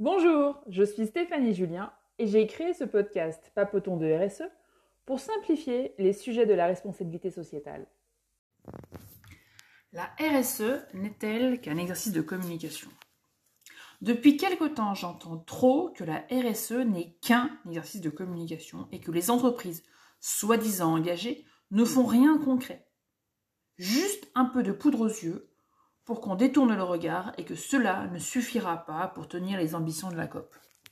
Bonjour, je suis Stéphanie Julien et j'ai créé ce podcast Papotons de RSE pour simplifier les sujets de la responsabilité sociétale. La RSE n'est-elle qu'un exercice de communication ? Depuis quelque temps, j'entends trop que la RSE n'est qu'un exercice de communication et que les entreprises, soi-disant engagées, ne font rien de concret. Juste un peu de poudre aux yeux pour qu'on détourne le regard et que cela ne suffira pas pour tenir les ambitions de la COP.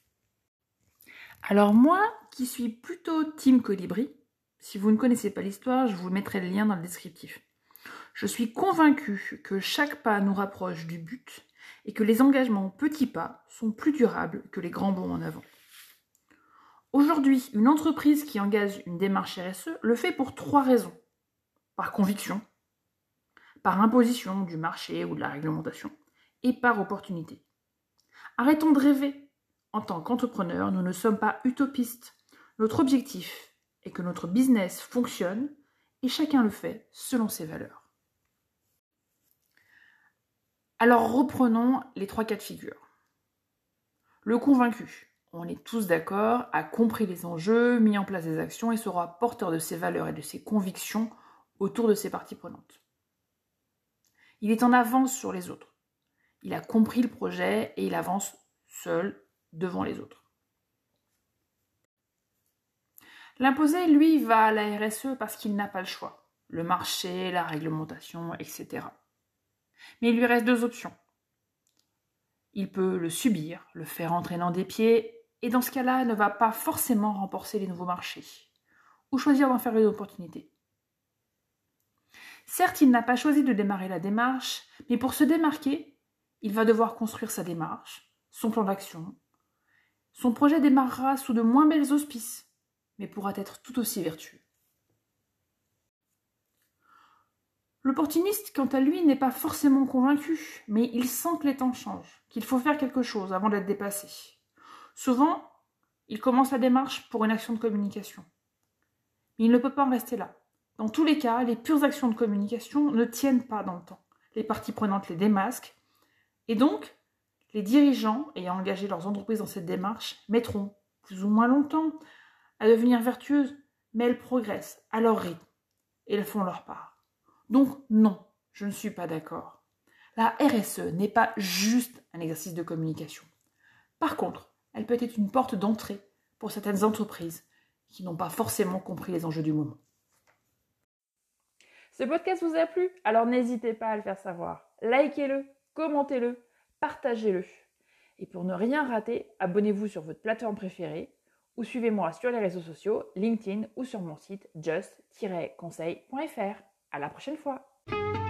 Alors moi, qui suis plutôt Team Colibri, si vous ne connaissez pas l'histoire, je vous mettrai le lien dans le descriptif. Je suis convaincue que chaque pas nous rapproche du but et que les engagements petits pas sont plus durables que les grands bonds en avant. Aujourd'hui, une entreprise qui engage une démarche RSE le fait pour 3 raisons. Par conviction, par imposition du marché ou de la réglementation, et par opportunité. Arrêtons de rêver. En tant qu'entrepreneurs, nous ne sommes pas utopistes. Notre objectif est que notre business fonctionne et chacun le fait selon ses valeurs. Alors reprenons les 3 cas de figure. Le convaincu, on est tous d'accord, a compris les enjeux, mis en place des actions et sera porteur de ses valeurs et de ses convictions autour de ses parties prenantes. Il est en avance sur les autres. Il a compris le projet et il avance seul devant les autres. L'imposé, lui, va à la RSE parce qu'il n'a pas le choix. Le marché, la réglementation, etc. Mais il lui reste 2 options. Il peut le subir, le faire entraînant des pieds, et dans ce cas-là, ne va pas forcément remporter les nouveaux marchés, ou choisir d'en faire une opportunité. Certes, il n'a pas choisi de démarrer la démarche, mais pour se démarquer, il va devoir construire sa démarche, son plan d'action. Son projet démarrera sous de moins belles auspices, mais pourra être tout aussi vertueux. L'opportuniste, quant à lui, n'est pas forcément convaincu, mais il sent que les temps changent, qu'il faut faire quelque chose avant d'être dépassé. Souvent, il commence la démarche pour une action de communication. Mais il ne peut pas en rester là. Dans tous les cas, les pures actions de communication ne tiennent pas dans le temps. Les parties prenantes les démasquent, et donc, les dirigeants ayant engagé leurs entreprises dans cette démarche mettront plus ou moins longtemps à devenir vertueuses, mais elles progressent à leur rythme et elles font leur part. Donc non, je ne suis pas d'accord. La RSE n'est pas juste un exercice de communication. Par contre, elle peut être une porte d'entrée pour certaines entreprises qui n'ont pas forcément compris les enjeux du moment. Ce podcast vous a plu? Alors n'hésitez pas à le faire savoir. Likez-le, commentez-le, partagez-le. Et pour ne rien rater, abonnez-vous sur votre plateforme préférée ou suivez-moi sur les réseaux sociaux, LinkedIn ou sur mon site just-conseil.fr. À la prochaine fois!